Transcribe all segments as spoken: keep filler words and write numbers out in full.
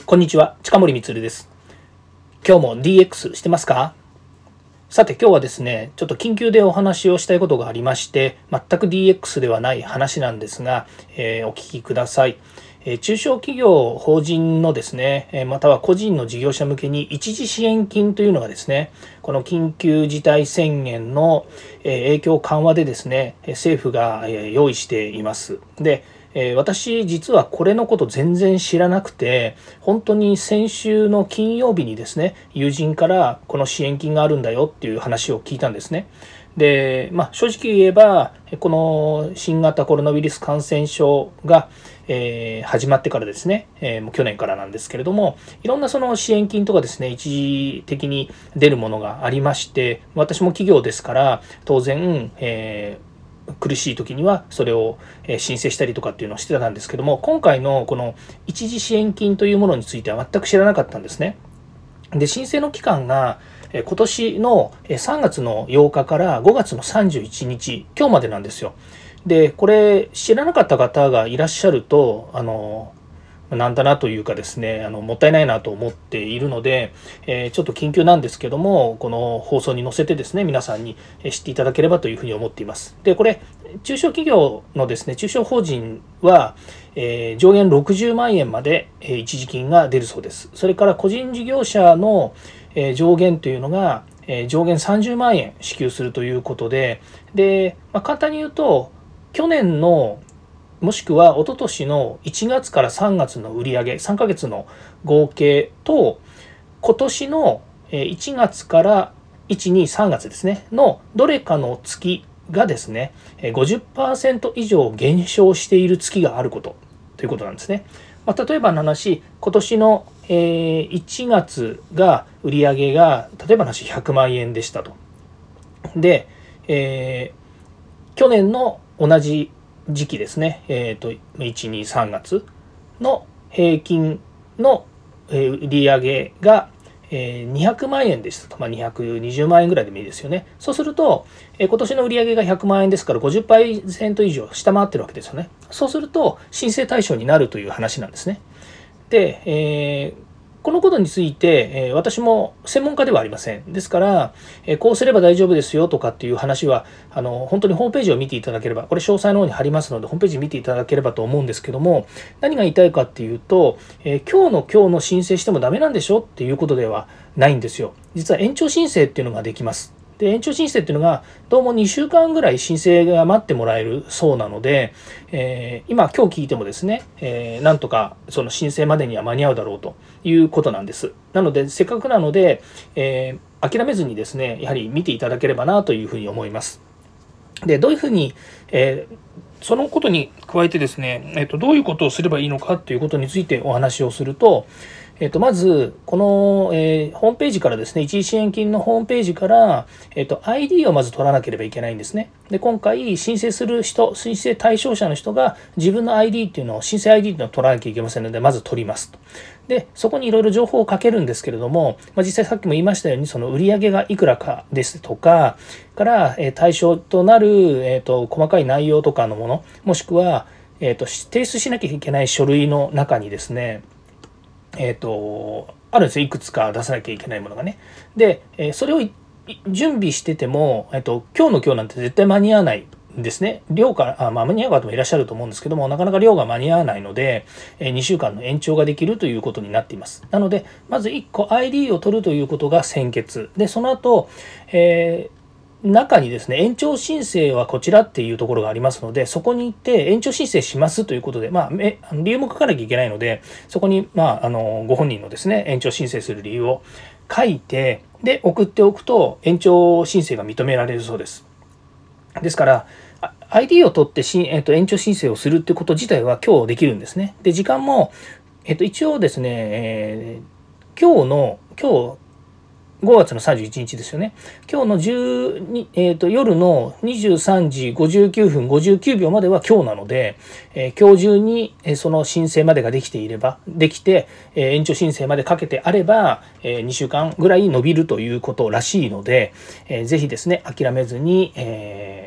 こんにちは、近森光です。今日も ディーエックス してますか？さて今日はですね、ちょっと緊急でお話をしたいことがありまして、全く ディーエックス ではない話なんですが、えーお聞きください。えー中小企業、法人のですね、えーまたは個人の事業者向けに一時支援金というのがですね、この緊急事態宣言のえー影響緩和でですね、えー政府がえー用意しています。で、えー私実はこれのこと全然知らなくて、本当に先週の金曜日にですね、友人からこの支援金があるんだよっていう話を聞いたんですね。で、まあ、正直言えばこの新型コロナウイルス感染症が、えー始まってからですね、えーもう去年からなんですけれども、いろんなその支援金とかですね、一時的に出るものがありまして、私も企業ですから当然、えー苦しい時にはそれを申請したりとかっていうのをしてたんですけども、今回のこの一時支援金というものについては全く知らなかったんですね。で、申請の期間が今年のさんがつのようかからごがつのさんじゅういちにち、今日までなんですよ。で、これ知らなかった方がいらっしゃると、あのなんだなというかですね、あのもったいないなと思っているので、えーちょっと緊急なんですけども、この放送に載せてですね、皆さんに知っていただければというふうに思っています。で、これ、中小企業のですね、中小法人は、えー上限ろくじゅうまんえんまでえー一時金が出るそうです。それから個人事業者のえー上限というのが、えー上限さんじゅうまんえん支給するということで、で、まあ、簡単に言うと、去年のもしくは一昨年のいちがつからさんがつの売上さんかげつの合計と、今年のいちがつからいち、に、さんがつですねのどれかの月がですね ごじゅっパーセント 以上減少している月があることということなんですね。まあ、例えばの話、今年のいちがつが売上が例えばの話ひゃくまんえんでしたと。で、えー去年の同じ時期ですね、えー、といち、に、さんがつの平均の売上がにひゃくまんえんでしたと、まあ、にひゃくにじゅうまんえんぐらいでもいいですよね。そうすると今年の売上がひゃくまんえんですから ごじゅっパーセント 以上下回ってるわけですよね。そうすると申請対象になるという話なんですね。で、えーこのことについて、えー私も専門家ではありません。ですから、えーこうすれば大丈夫ですよとかっていう話は、あの、本当にホームページを見ていただければ、これ詳細の方に貼りますので、ホームページ見ていただければと思うんですけども、何が言いたいかっていうと、えー今日の今日の申請してもダメなんでしょっていうことではないんですよ。実は延長申請っていうのができます。で、延長申請っていうのがどうもにしゅうかんぐらい申請が待ってもらえるそうなので、えー今今日聞いてもですね、えーなんとかその申請までには間に合うだろうということなんです。なのでせっかくなので、えー諦めずにですね、やはり見ていただければなというふうに思います。で、どういうふうに、えーそのことに加えてですね、えーと、どういうことをすればいいのかということについてお話をすると、えーと、まず、この、えーホームページからですね、一時支援金のホームページから、えーと、アイディー をまず取らなければいけないんですね。で、今回、申請する人、申請対象者の人が自分の アイディー っていうのを、申請 アイディー っていうのを取らなきゃいけませんので、まず取りますと。で、そこにいろいろ情報をかけるんですけれども、まあ、実際さっきも言いましたように、その売上がいくらかですとか、から、えー対象となる、えーと、細かい内容とかのもの、もしくは、えーと、提出しなきゃいけない書類の中にですね、えっと、あるんですよ。いくつか出さなきゃいけないものがね。で、えーそれをい準備してても、えっと、今日の今日なんて絶対間に合わないんですね。量から、あまあ、間に合う方もいらっしゃると思うんですけども、なかなか量が間に合わないので、えーにしゅうかんの延長ができるということになっています。なので、まずいっこ アイディー を取るということが先決。で、その後、えー中にですね、延長申請はこちらっていうところがありますので、そこに行って延長申請しますということで、まあ、え理由も書かなきゃいけないので、そこに、まあ、あの、ご本人のですね、延長申請する理由を書いて、で、送っておくと、延長申請が認められるそうです。ですから、アイディー を取ってし、えっと、延長申請をするってこと自体は今日できるんですね。で、時間も、えっと、一応ですね、えー今日の、今日、ごがつのさんじゅういちにちですよね。今日のじゅうに、えーと、夜のにじゅうさんじごじゅうきゅうふんごじゅうきゅうびょうまでは今日なので、えー今日中にその申請までができていれば、できて、えー延長申請までかけてあれば、えーにしゅうかんぐらい伸びるということらしいので、えーぜひですね、諦めずに、えー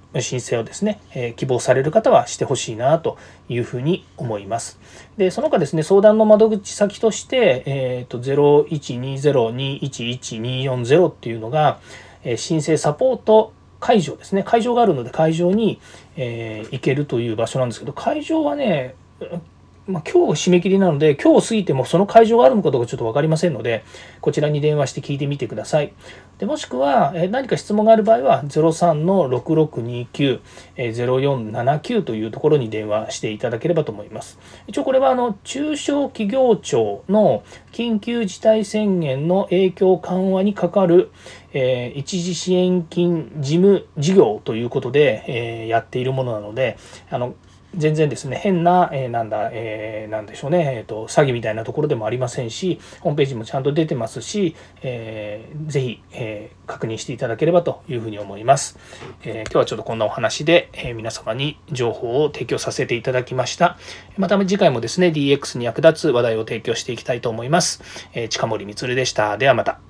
申請をですね、えー、希望される方はしてほしいなというふうに思います。で、その他ですね、相談の窓口先として、えーと、ゼロいちにゼロにいちいちによんゼロっていうのが、えー、申請サポート会場ですね。会場があるので会場に、えー、行けるという場所なんですけど、会場はね、まあ、今日締め切りなので、今日過ぎてもその会場があるのかどうかちょっと分かりませんので、こちらに電話して聞いてみてください。でもしくは、え何か質問がある場合は、ゼロさんのろくろくにきゅう、ゼロよんななきゅうというところに電話していただければと思います。一応これはあの中小企業庁の緊急事態宣言の影響緩和にかかる、えー、一時支援金事務事業ということで、えー、やっているものなので、あの全然ですね、変な、えー、なんだ、えー、なんでしょうね、えーと、詐欺みたいなところでもありませんし、ホームページもちゃんと出てますし、えー、ぜひ、えー、確認していただければというふうに思います。えー、今日はちょっとこんなお話で、えー、皆様に情報を提供させていただきました。また次回もですね、ディーエックス に役立つ話題を提供していきたいと思います。えー、近森光でした。ではまた。